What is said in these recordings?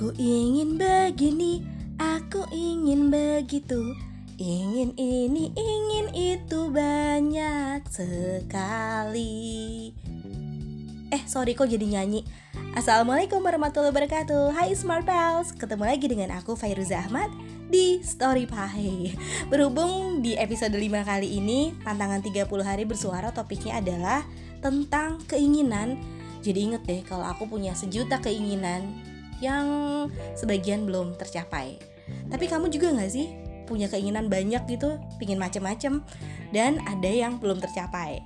Aku ingin begini, aku ingin begitu, ingin ini, ingin itu banyak sekali. Sorry kok jadi nyanyi. Assalamualaikum warahmatullahi wabarakatuh. Hai Smart Pals, ketemu lagi dengan aku Fairuza Ahmad di Story Pie. Berhubung di episode 5 kali ini tantangan 30 hari bersuara, topiknya adalah tentang keinginan. Jadi inget deh kalau aku punya sejuta keinginan yang sebagian belum tercapai. Tapi kamu juga gak sih punya keinginan banyak gitu, pingin macem-macem, dan ada yang belum tercapai?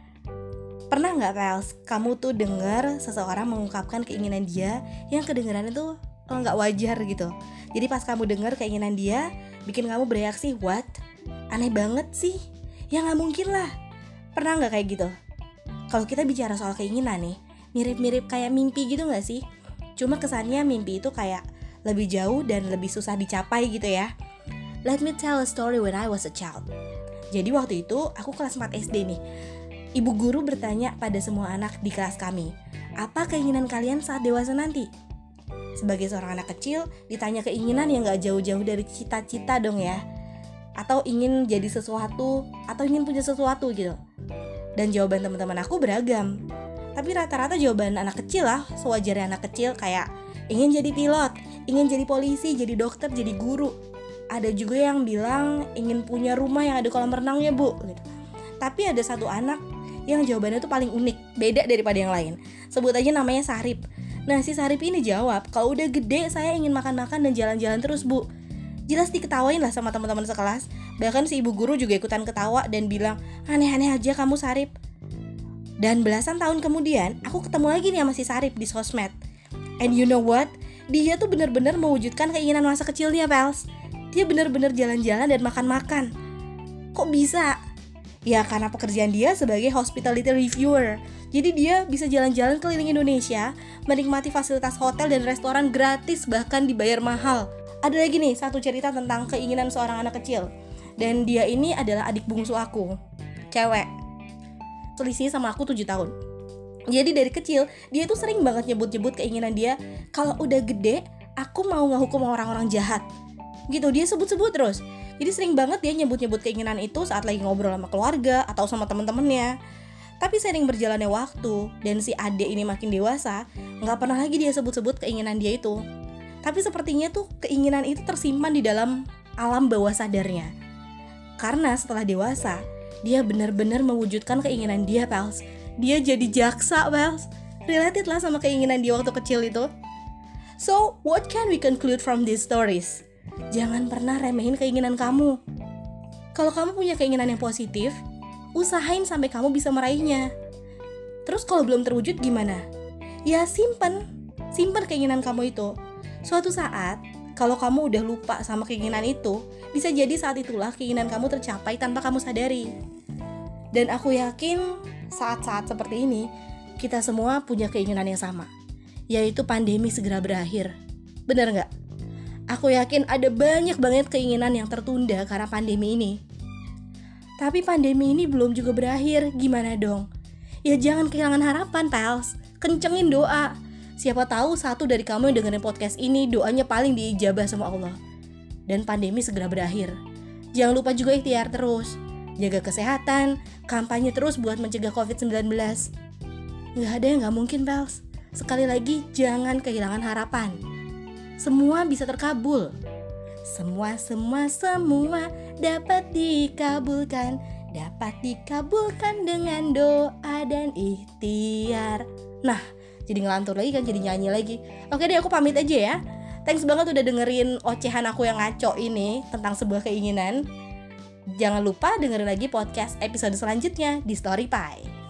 Pernah gak Pals, kamu tuh dengar seseorang mengungkapkan keinginan dia yang kedengarannya tuh gak wajar gitu. Jadi pas kamu dengar keinginan dia, bikin kamu bereaksi, what? Aneh banget sih, ya gak mungkin lah. Pernah gak kayak gitu? Kalau kita bicara soal keinginan nih, mirip-mirip kayak mimpi gitu gak sih? Cuma kesannya mimpi itu kayak lebih jauh dan lebih susah dicapai gitu ya. Let me tell a story when I was a child. Jadi waktu itu aku kelas 4 SD nih. Ibu guru bertanya pada semua anak di kelas kami, apa keinginan kalian saat dewasa nanti? Sebagai seorang anak kecil, ditanya keinginan yang gak jauh-jauh dari cita-cita dong ya. Atau ingin jadi sesuatu, atau ingin punya sesuatu gitu. Dan jawaban teman-teman aku beragam. Tapi rata-rata jawaban anak kecil lah, sewajarnya anak kecil, kayak ingin jadi pilot, ingin jadi polisi, jadi dokter, jadi guru. Ada juga yang bilang ingin punya rumah yang ada kolam renangnya bu gitu. Tapi ada satu anak yang jawabannya tuh paling unik, beda daripada yang lain. Sebut aja namanya Sarip. Nah si Sarip ini jawab, kalau udah gede saya ingin makan-makan dan jalan-jalan terus bu. Jelas diketawain lah sama teman-teman sekelas. Bahkan si ibu guru juga ikutan ketawa dan bilang, aneh-aneh aja kamu Sarip. Dan belasan tahun kemudian, aku ketemu lagi nih sama si Sarip di sosmed. And you know what? Dia tuh bener-bener mewujudkan keinginan masa kecilnya, Pals. Dia bener-bener jalan-jalan dan makan-makan. Kok bisa? Ya karena pekerjaan dia sebagai hospitality reviewer. Jadi dia bisa jalan-jalan keliling Indonesia, menikmati fasilitas hotel dan restoran gratis, bahkan dibayar mahal. Ada lagi nih satu cerita tentang keinginan seorang anak kecil. Dan dia ini adalah adik bungsu aku, cewek. Selisih sama aku 7 tahun. Jadi dari kecil dia tuh sering banget nyebut-nyebut keinginan dia, kalau udah gede aku mau ngehukum orang-orang jahat. Gitu dia sebut-sebut terus. Jadi sering banget dia nyebut-nyebut keinginan itu saat lagi ngobrol sama keluarga atau sama teman-temannya. Tapi sering berjalannya waktu dan si adek ini makin dewasa, nggak pernah lagi dia sebut-sebut keinginan dia itu. Tapi sepertinya tuh keinginan itu tersimpan di dalam alam bawah sadarnya. Karena setelah dewasa, dia benar-benar mewujudkan keinginan dia, Pals. Dia jadi jaksa, Pals. Related lah sama keinginan dia waktu kecil itu. So, what can we conclude from these stories? Jangan pernah remehin keinginan kamu. Kalau kamu punya keinginan yang positif, usahain sampai kamu bisa meraihnya. Terus kalau belum terwujud gimana? Ya simpen keinginan kamu itu. Suatu saat, kalau kamu udah lupa sama keinginan itu, bisa jadi saat itulah keinginan kamu tercapai tanpa kamu sadari. Dan aku yakin saat-saat seperti ini, kita semua punya keinginan yang sama, yaitu pandemi segera berakhir. Bener gak? Aku yakin ada banyak banget keinginan yang tertunda karena pandemi ini. Tapi pandemi ini belum juga berakhir, gimana dong? Ya jangan kehilangan harapan, Pals. Kencengin doa. Siapa tahu satu dari kamu yang dengerin podcast ini doanya paling diijabah sama Allah. Dan pandemi segera berakhir. Jangan lupa juga ikhtiar terus. Jaga kesehatan, kampanye terus buat mencegah COVID-19. Gak ada yang gak mungkin, Pals. Sekali lagi, jangan kehilangan harapan. Semua bisa terkabul. Semua dapat dikabulkan. Dapat dikabulkan dengan doa dan ikhtiar. Nah, jadi ngelantur lagi kan, jadi nyanyi lagi. Oke deh, aku pamit aja ya. Thanks banget udah dengerin ocehan aku yang ngaco ini tentang sebuah keinginan. Jangan lupa dengerin lagi podcast episode selanjutnya di Story Pie.